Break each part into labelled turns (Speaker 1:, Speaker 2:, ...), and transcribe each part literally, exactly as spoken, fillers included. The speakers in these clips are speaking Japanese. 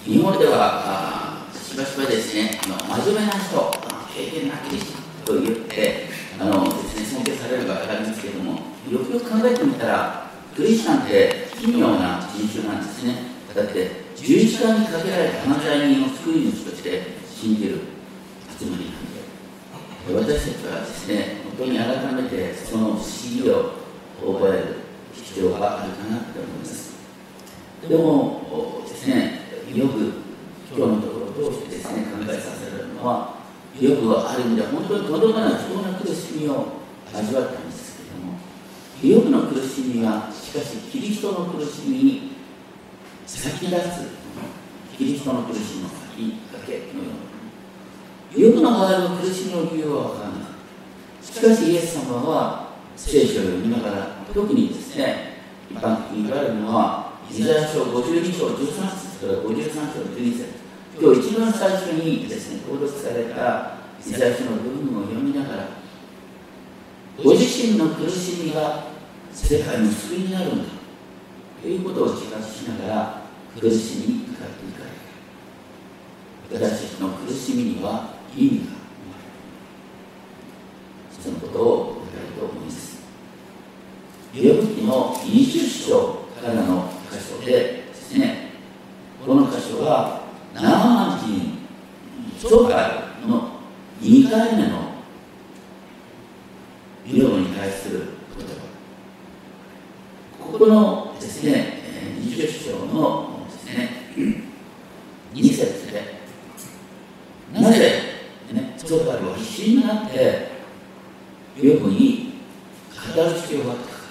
Speaker 1: 日本ではしばしばですね、あの真面目な人、経験なき人と言ってあのですね、尊敬される方があるんですけれども、よくよく考えてみたら、クリスチャンって奇妙な人種なんですね。だって十字架にかけられた犯罪人を救い主として信じる集まりなんで、私たちはですね、本当に改めてその不思議を覚える必要があるかなと思います。でもですね、よく今日のところを通してですね、考えさせられるのは、よくある意味で本当にとどめない不当な苦しみを味わったんですけれども、ヨブの苦しみはしかしキリストの苦しみに先立つ、キリストの苦しみの先駆けのような、ヨブの場合の苦しみの理由は分からない。しかしイエス様は聖書を読みながら、特にですね、一般的に言われるのはイザヤ書ごじゅうに章じゅうさん節からごじゅうさん章じゅうに節、今日一番最初にですね、購読されたイザヤ書の部分を読みながら、ご自身の苦しみが世界の救いになるんだということを自覚しながら苦しみに向かっていかれる。私たちの苦しみには意味がある。そのことを伺いたいと思います。ヨブ記のにじゅう章からの箇所でですね、この箇所はナーマン人ソガルのにかいめのヨブに対する言葉。ここのですね、にじゅう章のですね、に節で、なぜ、ね、ソガルは必死になってヨブに語る必要があったか。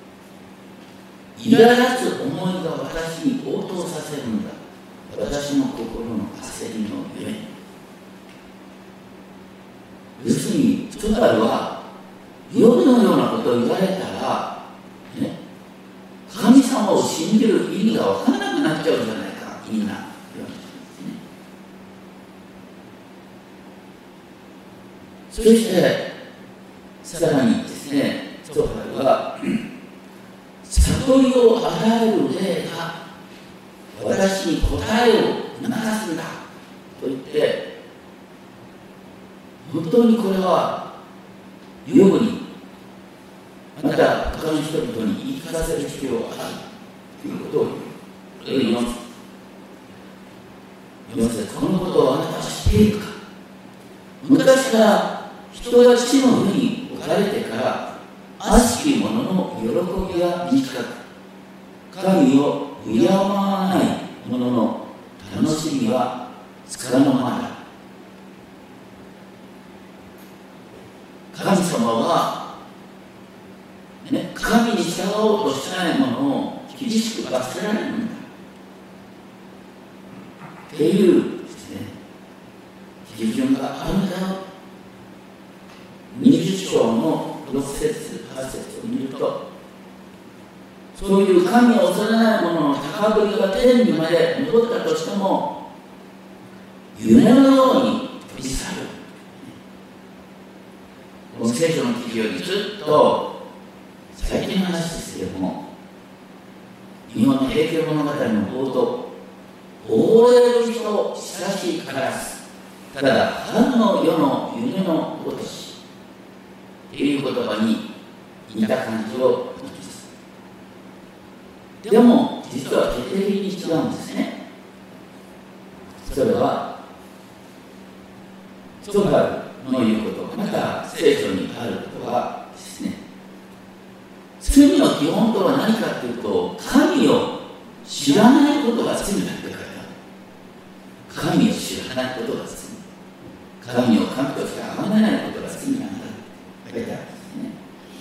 Speaker 1: 苛立つ思いが私に応答させるんだ。私の心の焦りのゆえに。要するに、ソガルはヨブのようなことを言われたら、ね、神様を信じる意味が分からなくなっちゃうんじゃないか、みんな。そして、さらにですね、ソガルは、悟りを与える霊が私に答えを促すんだと言って、本当にこれはヨブにまた他の人々に言い聞かせる必要があるということを言います。言います。このことをあなたは知っているか。昔から人が地の上に置かれてから悪しき者の喜びが短く、神を敬わない者の楽しみはつかの間だ。神様は、ね、神に従おうとしない者を厳しく罰せられるんだっていうですね、基準があるんだよ。にじゅう章のろく節はち節を見ると、そういう神を恐れない者の高ぶりが天にまで戻ったとしても、夢のように飛び去る。この聖書の記事よりずっと最近の話ですけれども、日本の平家物語の冒頭、溺れる人を親しからす、ただ春の夜の夢のごとしという言葉に似た感じを持ちます。でも実は決定的に違うんですね。それはソガルの言うこと、また聖書にあることはですね、罪の基本とは何かというと、神を知らないことが罪だって書いてある。神を知らないことが罪、神を神として崇めないことが罪なんだと書いてあるんですね。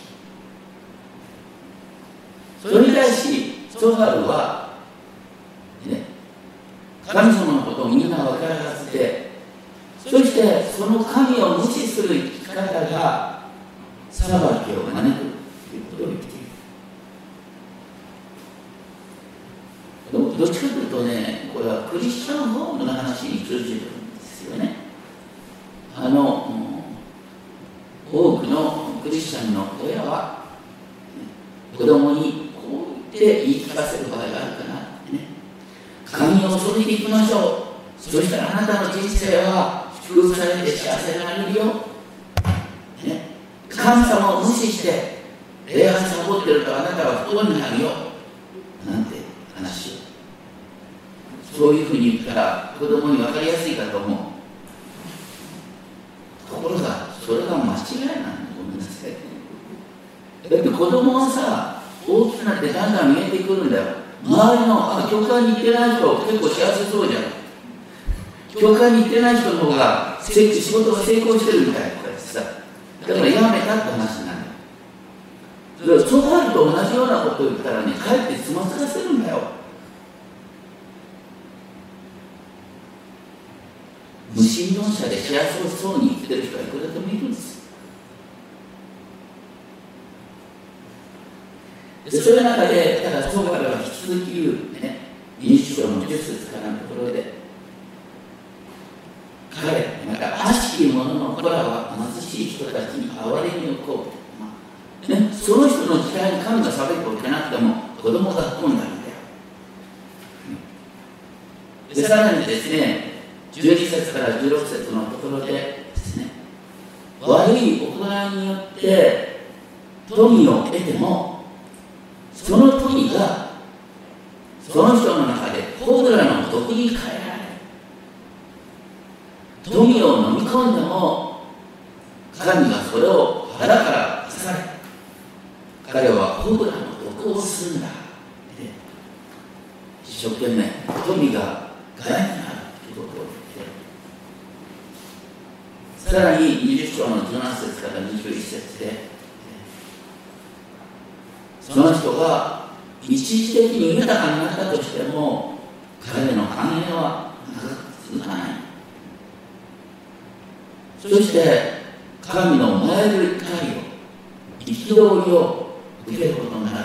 Speaker 1: それに対しソガルは、ね、神様のことをみんな分からはずで、そしてその神を無視する生き方が裁きを招くということを言っている。どっちかというとね、これはクリスチャンホームの話に通じるんですよね。あの多くのクリスチャンの親は子供にこう言って言い聞かせる場合があるかなってね。神を恐いていきましょう。そしたらあなたの人生は祝福されて幸せになれるよ、ね、神様を無視して礼拝サボってるとあなたは不幸になるよなんて話を、そういうふうに言ったら子供に分かりやすいかと思う。ところがそれが間違いなの。ごめんなさい。だって子供はさ、大きくなってだんだん見えてくるんだよ。周りの、あ、教会に行ってない人結構幸せそうじゃん。教会に行ってない人の方が仕事が成功してるみたいなことでさ、だからやめたって話になる。だからそうなると同じようなことを言ったらね、かえってつまずかせるんだよ。無神論者で幸せそうに生きてる人はいくらでもいるんです。でそういう中で、だからそうからは引き続き言う、ね、民主党のじゅっ節からのところで、彼、また悪しき者の子らは貧しい人たちに憐れみをこう、ね、その人の時代に神が裁くを受けなくても子供が不幸になるんだよ。でさらにですね、じゅうに節からじゅうろく節のところでですね、悪い行いによって富を得ても、その富がその人の中でコブラの毒に変えられる。富を飲み込んでも神がそれを腹から消され、彼はコブラの毒をするんだ。一生懸命富が害になるということを言って、さらににじゅっ章のじゅうなな節からにじゅういち節で、その人が一時的に豊かになったとしても彼の繁栄は長く続かない。そして神の燃える怒りを、憤りを受けることになる。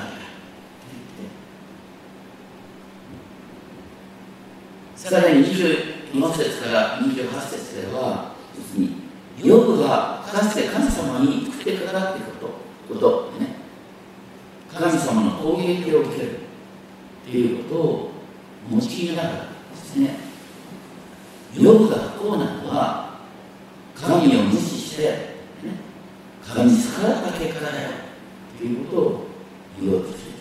Speaker 1: さらににじゅうよん節からにじゅうはち節では、ヨブがかつて神様に食ってかかっていることことね、神様の攻撃を受けるということを用いながらですね、ヨブが不幸なのは神を無視して、ね、神に逆らった結果だよということを言おうとして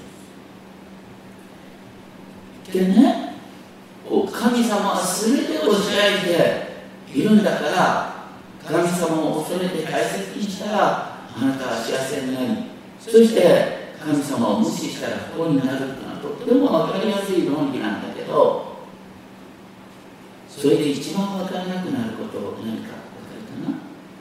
Speaker 1: います。でね、神様は全てを支配しているんだから、神様を恐れて大切にしたらあなたは幸せになり、そして神様を無視したら不幸になるというのはとっても分かりやすい論理なんだけど、それで一番分からなくなることを何か分かるかな。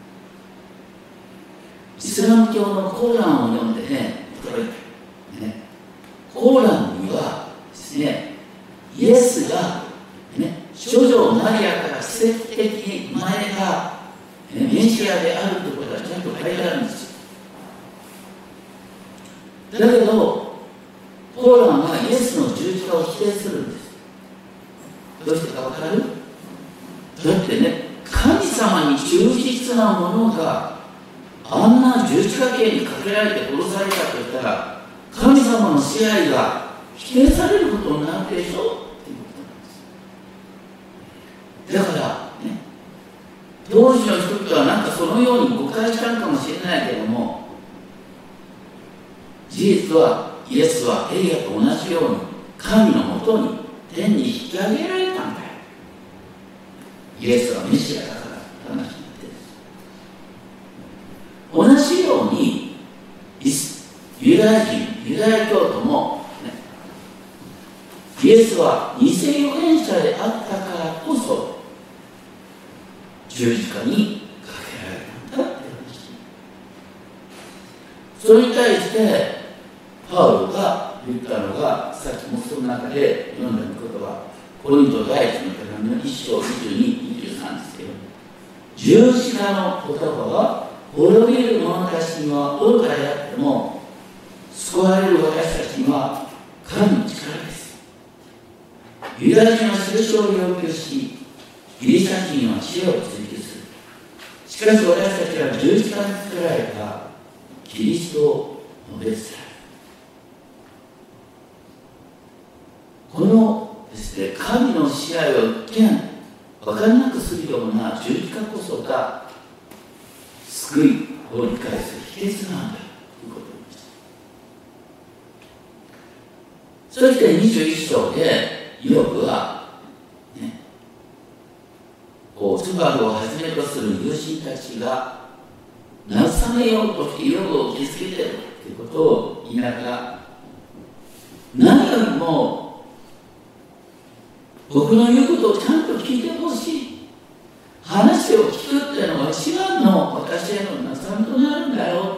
Speaker 1: イスラム教のコーランを読んでね、驚いた、ね、コーランにはですね、イエスが、ね、処女マリアから奇跡的に生まれた、ね、メシアであるということがちゃんと書いてあるんですよ。だけどコーランはイエスの十字架を否定するんです。どうしてか分かる？だってね、神様に忠実なものがあんな十字架刑にかけられて殺されたと言ったら、神様の支配が否定されることになるでしょっていうことなんです。だからね、当時の人々はなんかそのように誤解したのかもしれないけれども、事実はイエスはエリアと同じように神のもとに天に引き上げられたんだよ。イエスはメシアだからって話になってる。同じようにユダヤ人、ユダヤ教徒も、ね、イエスは偽預言者であったからこそ十字架にかけられたんだって話。それに対してパウロが言ったのが、さっきもその中で読んだことはコリント第一の手紙のいっ章にじゅうに、にじゅうさんですけど、十字架の言葉は滅びる者たちには愚かであっても救われる私たちには神の力です。ユダヤ人は印を要求し、ギリシャ人は知恵を追求する。しかし私たちは十字架に作られたキリストを述べ伝える。このですですね、神の支配を一見分からなくするような十字架こそが救いを理解する秘訣なんだということです。そしてにじゅういっ章でイヨブはね、こうツバルをはじめとする友人たちが慰めようとしてイヨブを傷つけているということを言いながら、何よりも僕の言うことをちゃんと聞いてほしい、話を聞くっていうのが一番の私への慰めとなるんだよ。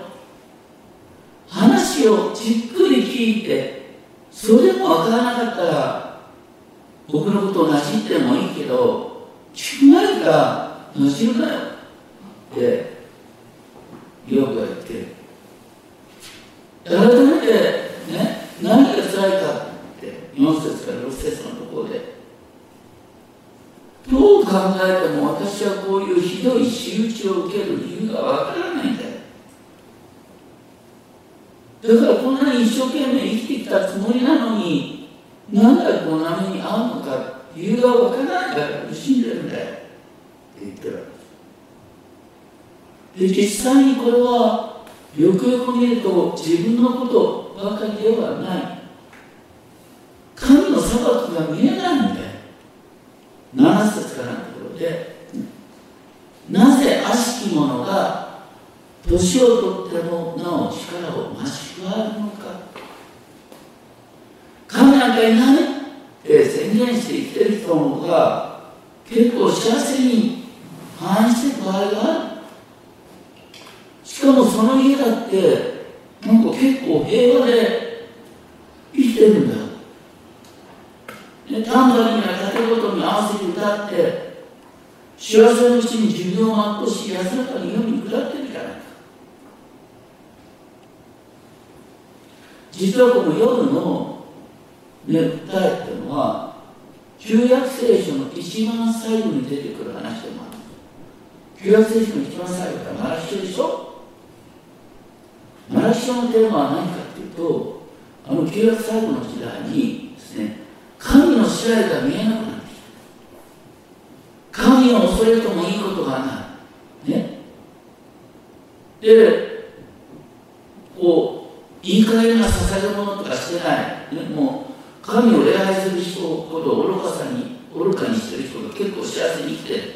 Speaker 1: 話をじっくり聞いて、それでも分からなかったら僕のことをなじってもいいけど、聞く前からなじるなよってよく言ってる。改めてね、何が辛いかってよん節からろく節のところで、どう考えても私はこういうひどい仕打ちを受ける理由がわからないんだよ。だからこんなに一生懸命生きてきたつもりなのに、なんでこんな目に遭うのか理由がわからないから苦しんでるんだよって言ってるわけです。で、実際にこれはよくよく見ると自分のことばかりではない。神の裁きが見えないんだよ。なな節からのところで、なぜ悪しき者が年をとってもなお力を増し加えるのか。神なんかいないって宣言して生きてる人の方が結構幸せに反映していく場合がある。しかもその家だってなんか結構平和で生きてるんだよ。タンバリンや盾ごとに合わせて歌って幸せのうちに自分を全うし安らかに世に下ってるじゃないか。実はこの夜の、ね、歌えっていうのは旧約聖書の一番最後に出てくる話でもある。旧約聖書の一番最後からマラキ書でしょ。マラキ書のテーマは何かっていうと、あの旧約最後の時代にですね、神の支配が見えなくなってきた。神を恐れてもいいことがない。ね。で、こう、いい加減な捧げ物とかしてない。ね、もう、神を礼拝する人ほど愚かさに、愚かにしてる人が結構幸せに生きてる。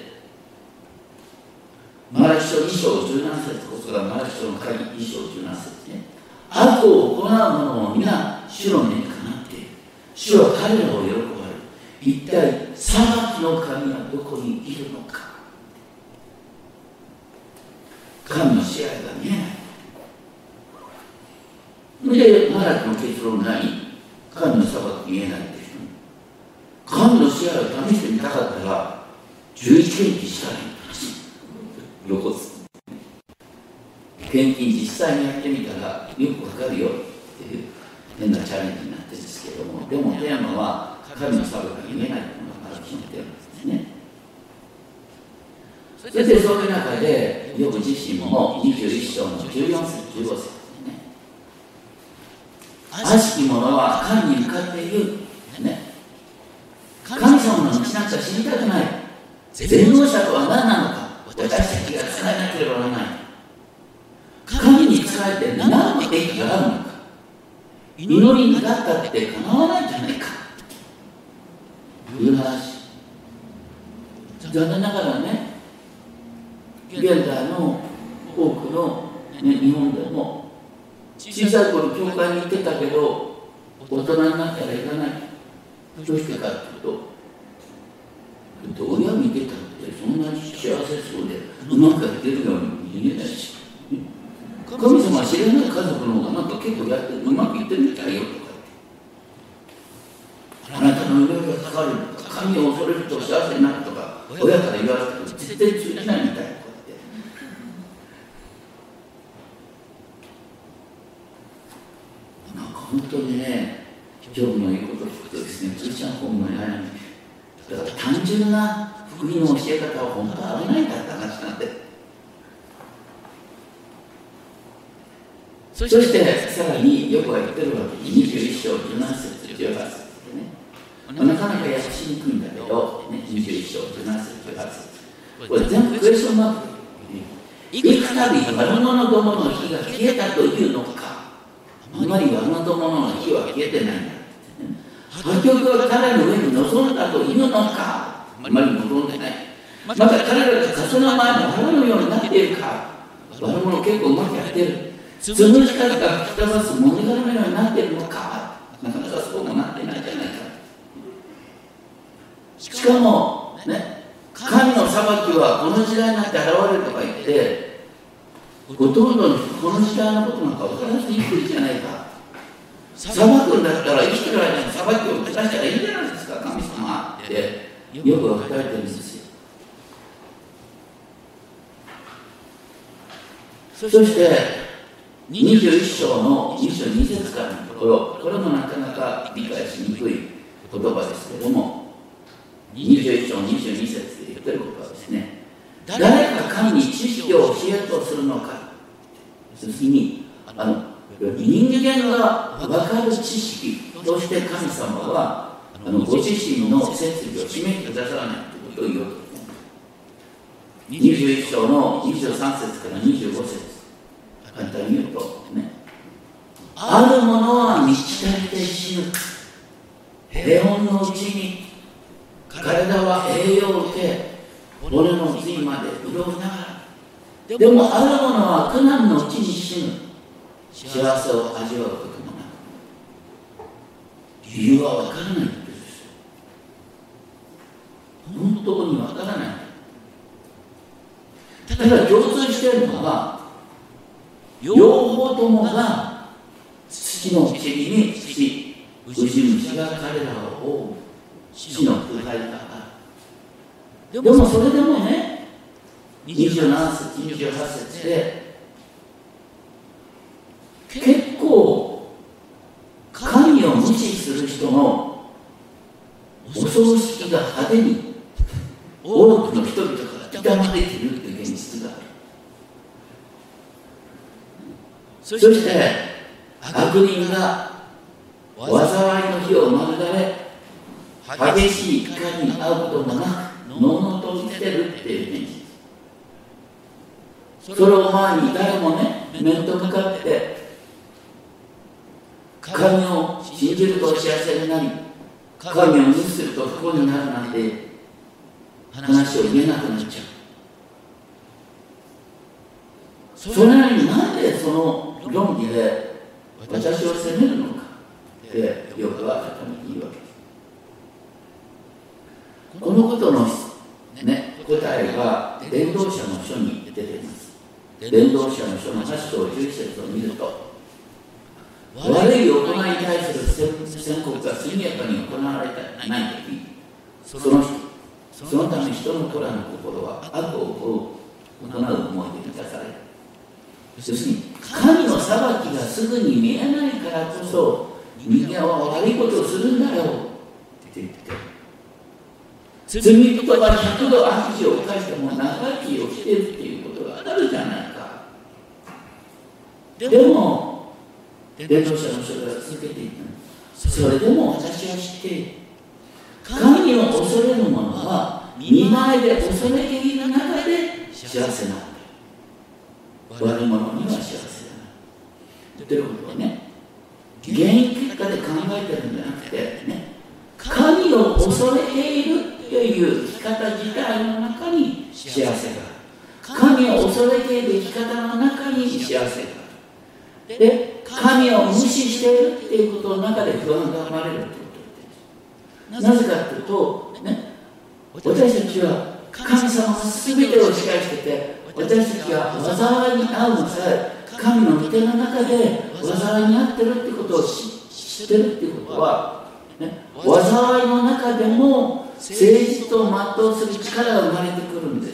Speaker 1: マラキ書に章じゅうなな節こそがマラキ書の鍵に章じゅうなな節ね。悪を行う者も皆、主の目にかなっている。主は彼らを喜ばれる。一体裁きの神はどこにいるのか。神の支配が見えない。で、マラキの結論何？神の裁き見えないって人に、神の支配を試してみたかったらじゅういち献金したらいい話。露骨。献金実際にやってみたらよくわかるよっていう変なチャレンジになってるんですけども、でもテーマは神の裁きが見えないというのがマラキのテーマですね。そしてそういう中でヨブ自身もにじゅういっ章のじゅうよん節じゅうご節ですね。悪しき者は神に向かって言う、ね、神様の道なんか知りたくない。全能者とは何なのか私たちが伝えなければならない。神に伝えて何の益があるのか。祈りに願ったって構わないんじゃないかという話。残念ながらね、現代の多くの、ね、日本でも小さい頃教会に行ってたけど大人になったら行かない。どうしてかというと、親見てたってそんなに幸せそうでうまくやってるように見えないし、神様は知らない家族の方がなんか結構やってうまくいってるみたいよとか、あなたの祈りがかかるとか、神を恐れると幸せになるとか親から言われたけど絶対通じないみたいな。本当にね、ヨブの言うことを聞くとですね、クリスチャン本の悩み、だから単純な福音の教え方は本当は危ないんだって話なんで。そしてさらにヨブが言ってるわけににじゅういっ章じゅうなな節じゅうはち節でね、 なかなか訳しにくいんだけど、ね、にじゅういっ章じゅうなな節じゅうはち節、これ全部クエスチョンマークで、幾度悪者どもの火が消えたというのか、あまり悪者どもの火は消えてないんだ。破局は彼の上に臨んだというのか、あまり臨んでない。また彼らが重な前の腹のようになっているか、悪者結構うまくやってる。つむじ風が吹き飛ばすもみ殻のようになっているのか、なかなかそうもなってないじゃないか。しかも、ね、神の裁きはこの時代になって現れるとか言って、ほとんどの人、この時代のことなんか分からずに来るじゃないか。裁くんだったら生きてる間に裁きを下したらいいんじゃないですか、神様ってよく分かれてるんですよ。そしてにじゅういっ章のにじゅうに節からのところ、これもなかなか理解しにくい言葉ですけれども、にじゅういっ章にじゅうに節で言ってることはですね、誰が神に知識を教えようとするのか、要するにあの人間が分かる知識として神様はあのご自身の摂理を示してくださらないということを言おうと思います。にじゅういっ章のにじゅうさん節からにじゅうご節、簡単に言うとね、ある者は満ち足りて死ぬ、平穏のうちに体は栄養を受け、骨の髄まで潤いながら、でもある者は苦難のうちに死ぬ、幸せを味わうこともなく、理由は分からないんです。本当に分からない。ただ共通しているのは、両方ともが土の塵に死、ウジ虫が彼らを覆う死の腐敗だから。でもそれでもね、にじゅうなな節、にじゅうはち節で結構神を無視する人のお葬式が派手に多くの人々から痛まれているという現実がある。そして悪人が災いの火を免れ、激しい怒りに遭うこともなくのうのうと生きてるっていう現実。それを前に誰もね、面と向かって神を信じると幸せになり、神を無視すると不幸になるなんて話を言えなくなっちゃう。それなりになんでその論理で私を責めるのかってよくは固めて言うわけです。このことの、ね、答えが伝道者の書に出ています。伝道者の書のはち章じゅういち節を見ると、悪い行いに対する宣告が速やかに行われてないとき、その人、そのため人の子らの心は悪を行う思いで満たされる。要するに神の裁きがすぐに見えないからこそ人間は悪いことをするんだよって言って、罪人が百度悪事を犯しても長生きをしているっていうことがあるじゃないか。でも伝道者の書が続けていた。それでも私は知っている。神を恐れる者は見舞いで恐れている中で幸せなんだ。悪者には幸せだな。ということはね、原因結果で考えてるんじゃなくてね、神を恐れているという生き方自体の中に幸せがある。神を恐れている生き方の中に幸せがある。で、神を無視しているということの中で不安が生まれるということです。なぜかというと、ね、私たちは神様が全てを支配してて、私たちが災いに遭うのさえ神の御手の中で災いに遭ってるってことを知ってるっていうことは、ね、災いの中でも誠実と全うする力が生まれてくるんです。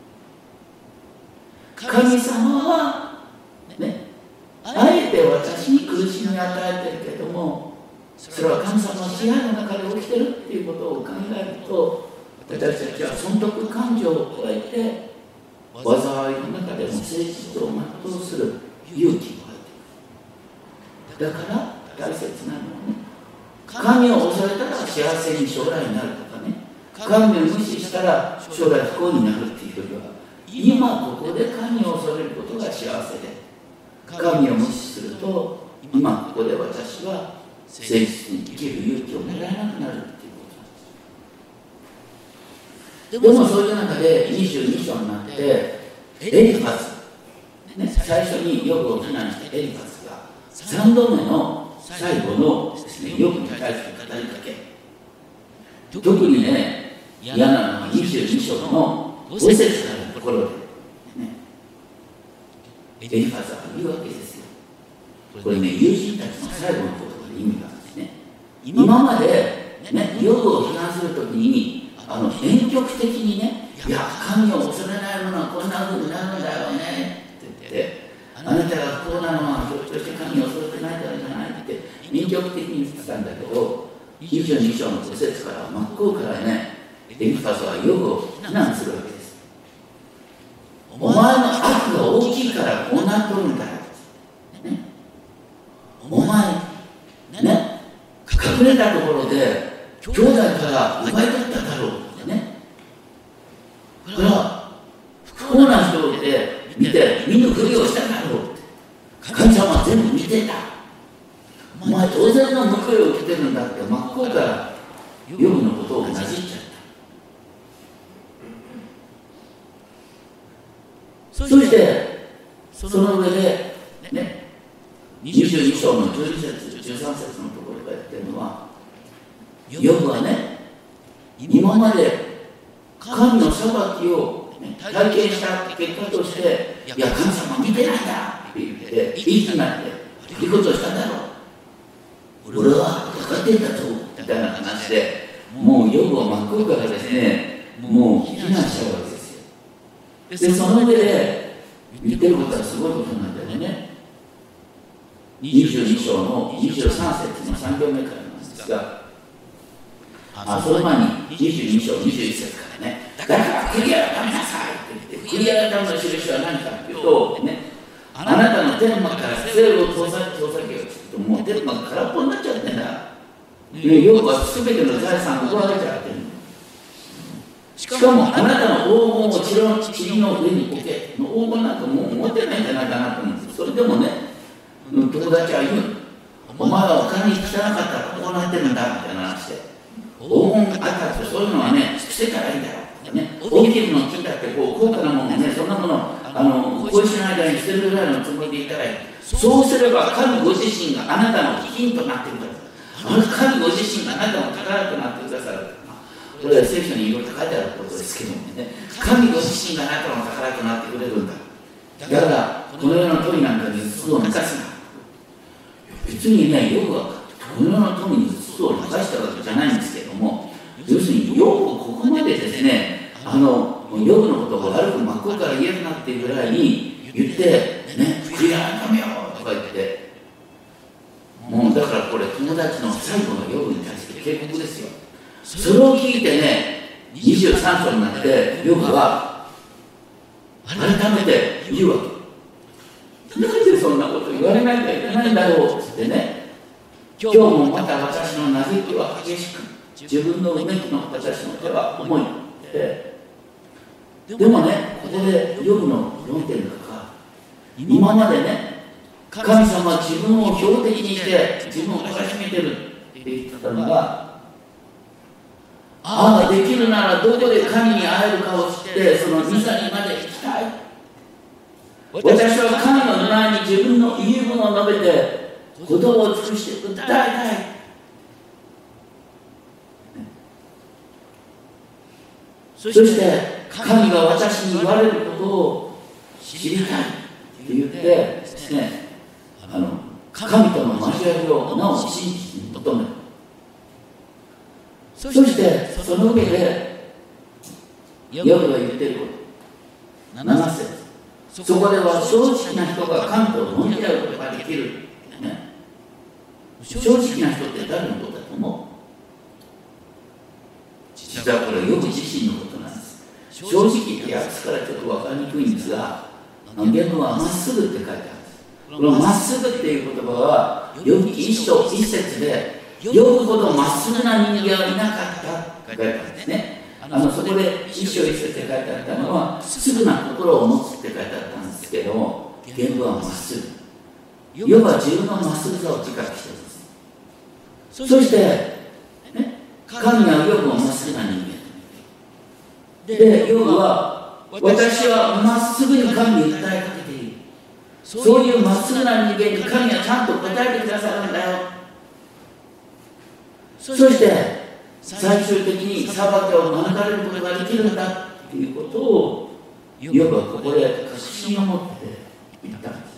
Speaker 1: 神様は、ね、あえて私に苦しみを与えてるけども、それは神様の支配の中で起きてるっていうことを考えると、私たちは損得感情を超えて災いの中でも誠実を全うする勇気が入ってくる。だから大切なのはね、神を恐れたら幸幸せに将来になるとかね、神を無視したら将来不幸になるっていうよりは、今ここで神を恐れることが幸せで、神を無視すると今ここで私は誠実に生きる勇気をもらえなくなるっていうことなんです。でもそういう中でにじゅうに章になってエリファズ、ね、最初にヨブを非難したエリファズがさんどめの最後のですね、ヨブに対する語りかけ、特にね嫌なのはにじゅうに章のご節からのところで、ね、エリファズは言うわけですよ。これね、友人たちの最後の言葉で意味があるんですね。今まで、ね、ヨブを批判するときにあの婉曲的にね、いや神を恐れないものはこんな風になるんだよねって言って、あなたが不幸なのはひょっとして神を恐れてないからじゃないって婉曲的に言ってたんだけど、にじゅうに章のご節から真っ向からね、エリファズはヨブを非難するわけです。お前の悪が大きいからこうなっとるんだよ、ね、お前ね、隠れたところで兄弟から奪い取っただろうってね。だから不幸な人を見て見て見ぬふりをしただろうって、神様は全部見てた、お前当然の報いを受けてるんだって真っ向からヨブのことをなじっちゃった。そしてその上でね、にじゅうに章のじゅうに節じゅうさん節のところが言ってるのは、ヨブはね、今まで神の裁きを、ね、体験した結果として、いや神様見てないんだって言っていい気になっていいことをしたんだろう、俺は分かってんだぞみたいな話で、もうヨブを真っ向からですね、もう非難しちゃうわけですよ。でその上で言ってることはすごいことなんだよね。にじゅうに章のにじゅうさん節のさん行目からなんですが、あその前ににじゅうに章にじゅういち節からね、だから悔い改めなさいって言って、悔い改めの印は何かっていうと、ね、あなたの天幕から聖を遠ざけようって言うと、もう天幕空っぽになっちゃってんだ。ヨブは全ての財産を奪われちゃってる。しかもあなたの黄金を塵の上に置け、黄金なんかもう持ってないんじゃないかなと思うんです。それでもね、友達は言う、お前はお金に汚かったらこうなってるんだみたいな話で、黄金あったってそういうのはね、捨てたらいいんだよ、ね、大きいの金だってこう高価なものね、そんなものあの小石の間に捨てるぐらいのつもりでいたらいい。そうすれば神ご自身があなたの金となってくださる。神ご自身があなたの宝となってくださる。これは聖書にいろいろ書いてあることですけどもね、神ご自身があなたの宝となってくれるんだ。だからこの世の富なんかに頭痛を抜かすな。別にね、ヨブはこの世の富に頭痛を抜かしたわけじゃないんですけども、要するにヨブをここまでですね、あのヨブのことを悪く真っ向から言えるなっていうぐらいに言ってね、悔い改めようとか言って、もうだからこれ友達の最後のヨブに対する警告ですよ。それを聞いてね、にじゅうさん章になってヨブは改めて言うわけ。なんでそんなこと言われなきゃいけないんだろうってね、今日もまた私の嘆きは激しく、自分のうめきの私の手は重いって。でもね、ここでヨブの論点が今までね、神様は自分を標的にして自分を懲らしめてるって言ってたのが、ああできるならどこで神に会えるかを知ってその御座にまで行きたい。私は神の前に自分の言い分を述べて鼓動を尽くして訴えたい。そして神が私に言われることを知りたいって言ってですね、あの神との交わりをなお真実に求める。そしてその上でヨブが言っていることなな節、そこでは正直な人が神と論じ合うことができる、ね、正直な人って誰のことだと思う？実はこれヨブ自身のことなんです。正直って訳すからちょっと分かりにくいんですが、原文はまっすぐって書いてあるんです。このまっすぐっていう言葉はヨブ記一章一節で呼ぶほどまっすぐな人間はいなかったと書いてあるんですね。あのそこで一生一世って書いてあったのは、すぐな心を持つって書いてあったんですけども、原文はまっすぐ。ヨブは自分のまっすぐさを自覚しています。そして、ね、神はヨブをまっすぐな人間。で、ヨブは、私はまっすぐに神に訴えかけている。そういうまっすぐな人間に神はちゃんと答えてくださるんだよ。そして最終的に裁きを免れることができるんだということをヨブはここで確信を持って言ったんです。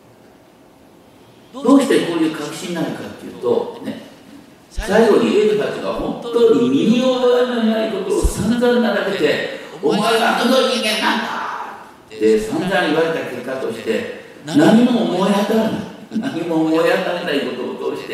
Speaker 1: どうしてこういう確信になるかというと、ね、最後にエリファズが本当に身に覚えのないことを散々並べて、お前はどの人間なんだって散々言われた結果として、何も思い当たらない何も思い当たらないことを通して、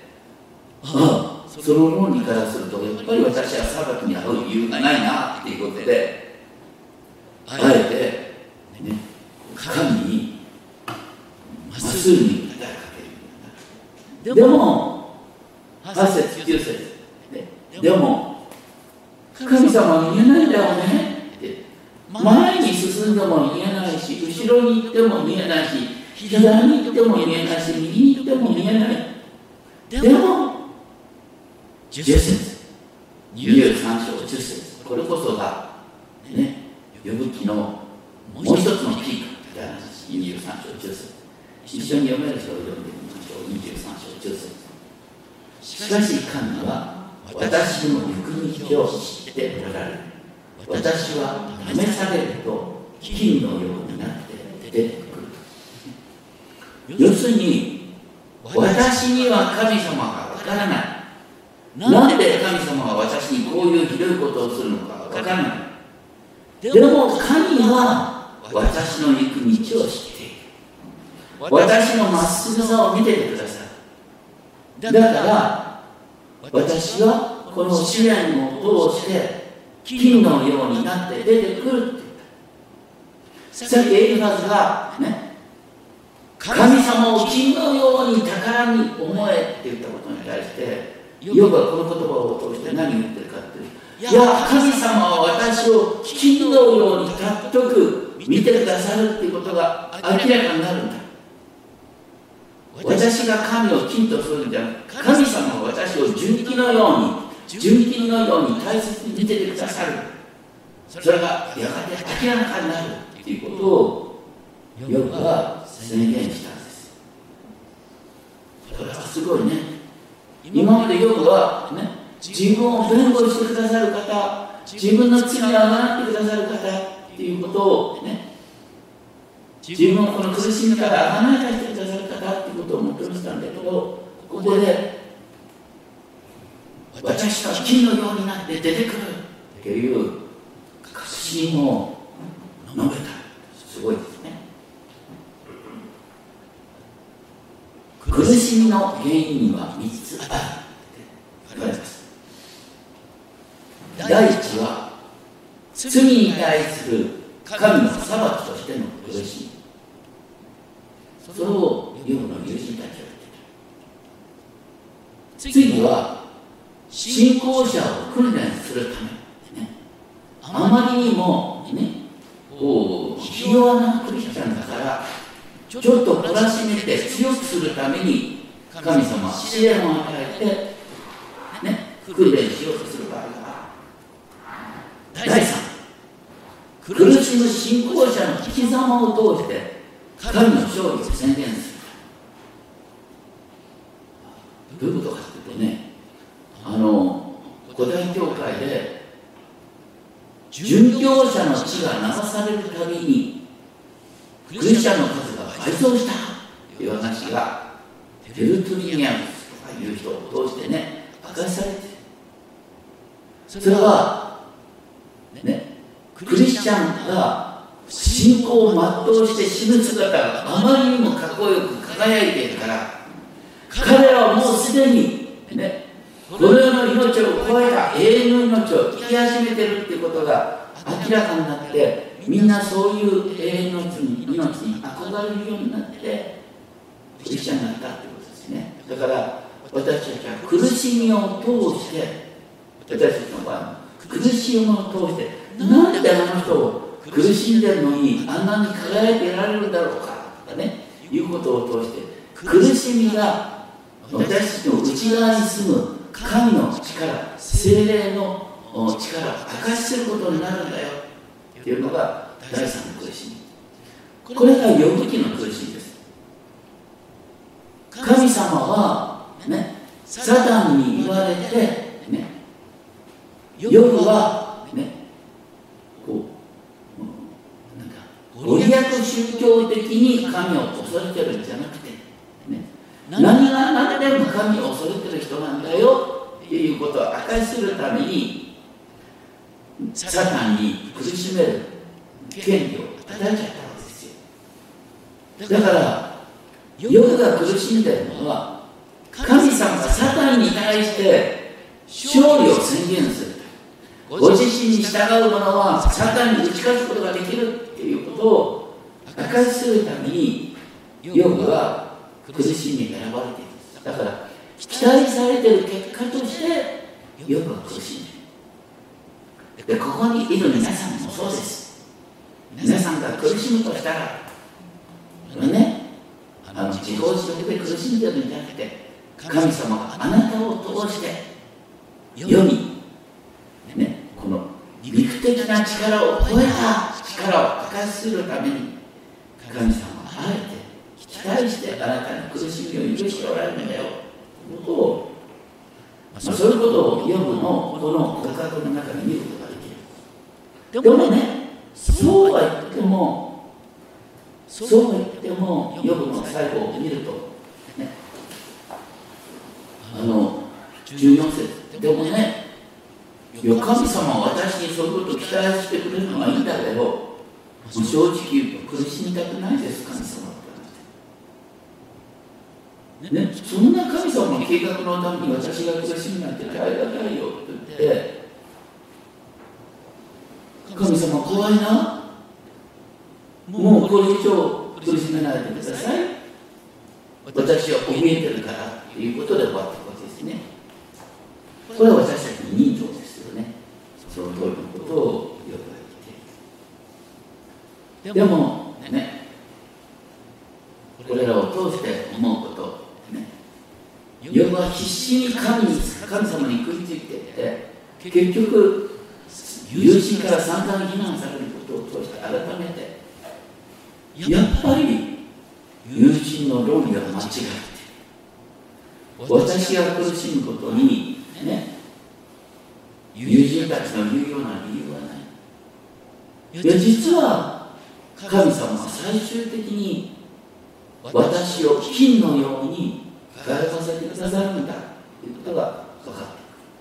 Speaker 1: ああその論理からすると、やっぱり私は裁きに遭う理由がないなっていうことで、あえて、ね、神にまっすぐに訴えかける。でも、はち節、きゅう節、ね、でも、神様は見えないんだよねって、前に進んでも見えないし、後ろに行っても見えないし、左に行っても見えないし、右に行っても見えない。でも、じゅっ節、にじゅうさん章じゅっ節、これこそが、ね、呼ぶ記のもう一つのピークみたいな話、にじゅうさん章じゅっ節。一緒に読める人を読んでみましょう。にじゅうさん章じゅっ節。しかし神は私の行く道を知っておられる。私は試されると金のようになって出てくる。要するに、私には神様がわからない。なんで神様は私にこういうひどいことをするのかわからない。でも神は私の行く道を知っている。私のまっすぐさを見ててください。だから私はこの試練を通して金のようになって出てくるって言った。さっきエリファズがね、神様を金のように宝に思えって言ったことに対して、ヨブはこの言葉を通して何を言ってるかっていう、いや神様は私を金のように尊く見てくださるっていうことが明らかになるんだ。私が神を金とするんじゃなく、神様は私を純金のように純金のように大切に見ててくださる。それがやがて明らかになるっていうことをヨブは宣言したんです。これはすごいね。今までヨブは、ね、自分を弁護してくださる方、自分の罪をあがなってくださる方っていうことを、ね、自分をこの苦しみからあがなしてくださる方っていうことを求めてたんだけど、ここで私は金のようになって出てくるっていう確信を述べた。すごいですね。苦しみの原因にはみっつあるって言われます。第一は罪に対する神の裁きとしての苦しみ。それをヨブの友人たちは言ってた。次は信仰者を訓練するため、ね、あまりにもね、こうひ弱なクリスチャンだからちょっと懲らしめて強くするために神様は試練を与えて、ね、訓練しようとする場合がある。だいさん、苦しむ信仰者の生き様を通して神の勝利を宣言する。どういうことかというとね、あの古代教会で殉教者の血が流されるたびにクリスチャンの数が倍増したという話がテルトリニアンスとかいう人を通してね、明かされている。それは、ね、クリスチャンが信仰を全うして死ぬ姿があまりにもかっこよく輝いているから、彼らはもうすでに、ね、この世の命を超えた永遠の命を生き始めているということが明らかになって、みんなそういう永遠の命に憧れるようになってクリスチャンになったということですね。だから私たちは苦しみを通して、私たちの場合、苦しみを通して、なんであの人を苦しんでるのにあんなに輝いていられるんだろうかとかね、いうことを通して、苦しみが私たちの内側に住む神の力、聖霊の力を明かしすることになるんだよっていうのが第三の苦しみ。これがヨブ記の苦しみです。神様はね、サタンに言われてね、ヨブはね、こうなんかご利益宗教的に神を恐れてるんじゃなくて、ね、何が何でも神を恐れてる人なんだよっていうことを明かしするために、サタンに苦しめる権利を与えちゃったわけですよ。だからヨブが苦しんでいるのは、神様がサタンに対して勝利を宣言する。ご自身に従う者はサタンに打ち勝つことができるっていうことを明かしするために、ヨブは苦しみに選ばれている。だから期待されている結果としてヨブは苦しんでいる。で、ここにいる皆さんもそうです。皆さんが苦しむとしたら、これね、あの自業自得で苦しんでるんじゃなくて、神様があなたを通して世に、ね、この肉的な力を超えた力を明かしするために、神様はあえて期待してあなたの苦しみを許しておられるんだよということを、まあ、そういうことをヨブのこの告白の中に見ることができる。でもね、そうは言ってもそうは言ってもヨブの最後を見るとね、あのじゅうよん節でもね、神様は私にそういうことを期待してくれるのはいいんだけど、正直言うと苦しみたくないです、神様ってね。そんな神様の計画のために私が苦しみなんて耐え難いよって言って、神様怖いな、もうこれ以上苦しめないでください、私は怯えてるからということで終わったことですね。これは私たちの人情ですよね。その通りのことをよく言っている。でもね、これらを通して思うことね、ヨブは必死に神に神様に食いついていて、結局友人から散々非難されることを通して改めて、やっぱり友人の論理は間違っている。私が苦しむことに、ね、友人たちの言うような理由はない。いや、実は神様は最終的に私を金のように輝かせてくださるんだということが分かって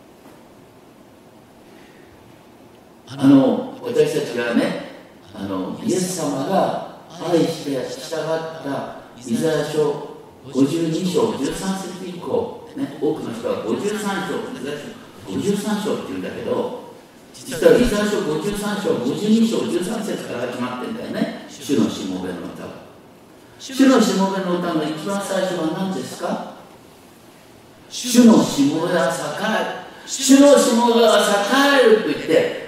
Speaker 1: いる。あの私たちがね、あのイエス様が愛して従ったイザヤ書ごじゅうに章じゅうさん節以降、ね、多くの人はごじゅうさん章、イザヤ書ごじゅうさん章っていうんだけど、実はイザヤ書ごじゅうさん章ごじゅうに章じゅうさん節から始まってんだよね、主のしもべの歌は。主のしもべの歌の一番最初は何ですか？主のしもべは栄える。主のしもべは栄えると言って、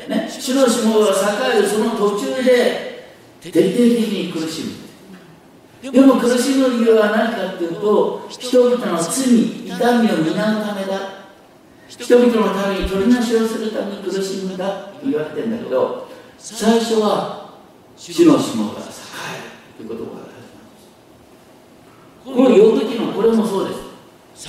Speaker 1: ね、主のしもべは栄えるその途中で徹底的に苦しむ。でも苦しむ理由は何かというと、人々の罪、痛みを担うためだ。人々のために取りなしをするために苦しむんだと言われてるんだけど、最初は主のしもべが栄えるということがこのヨブ記のこれもそうです。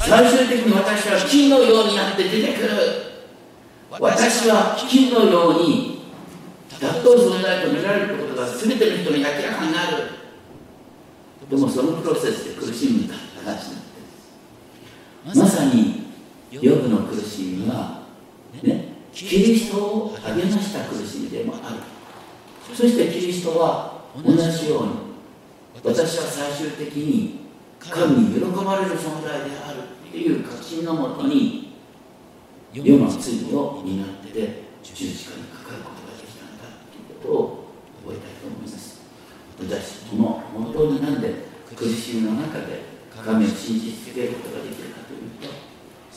Speaker 1: 最終的に私は金のようになって出てくる。私は金のように脱刀存在と見られることが全ての人に明らかになる。でもそのプロセスで苦しむんだって話になっている。まさにヨブの苦しみは、ね、キリストを励ました苦しみでもある。そしてキリストは同じように、私は最終的に神に喜ばれる存在であるという確信のもとに世の罪を担って十字架にかかることができたんだということを覚えたいと思います。私たちも本当になんで苦しみの中で神を信じ続けることができるかというと、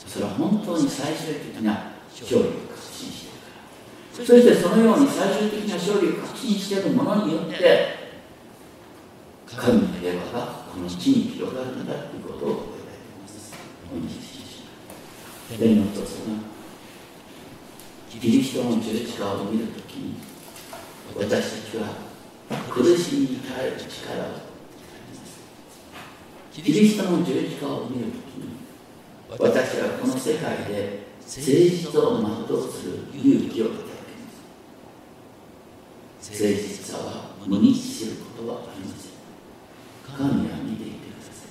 Speaker 1: それは本当に最終的な勝利を確信しているから。そしてそのように最終的な勝利を確信しているものによって神の平和がこの地に広がるんだということを覚えられています。お見せしましょう。点の一つがキリストの十字架を見るときに私たちは苦しみに耐える力を得られます。キリストの十字架を見るときに私はこの世界で誠実を全うする勇気をいただけます。誠実さは無に知ることはありません。神は見ていてくださ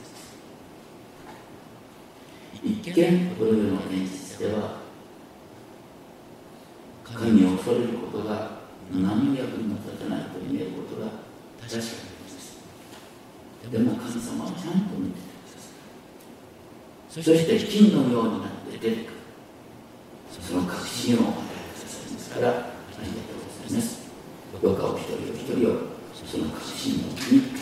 Speaker 1: います。一見この世の現実では神を恐れることが何の役にも立たないと言えることが確かにあります。でも神様はちゃんと見ていてください。そして金のようになって出てくるその確信を与えてくださいますから、ありがとうございます。どうかお一人お一人をその確信のうちに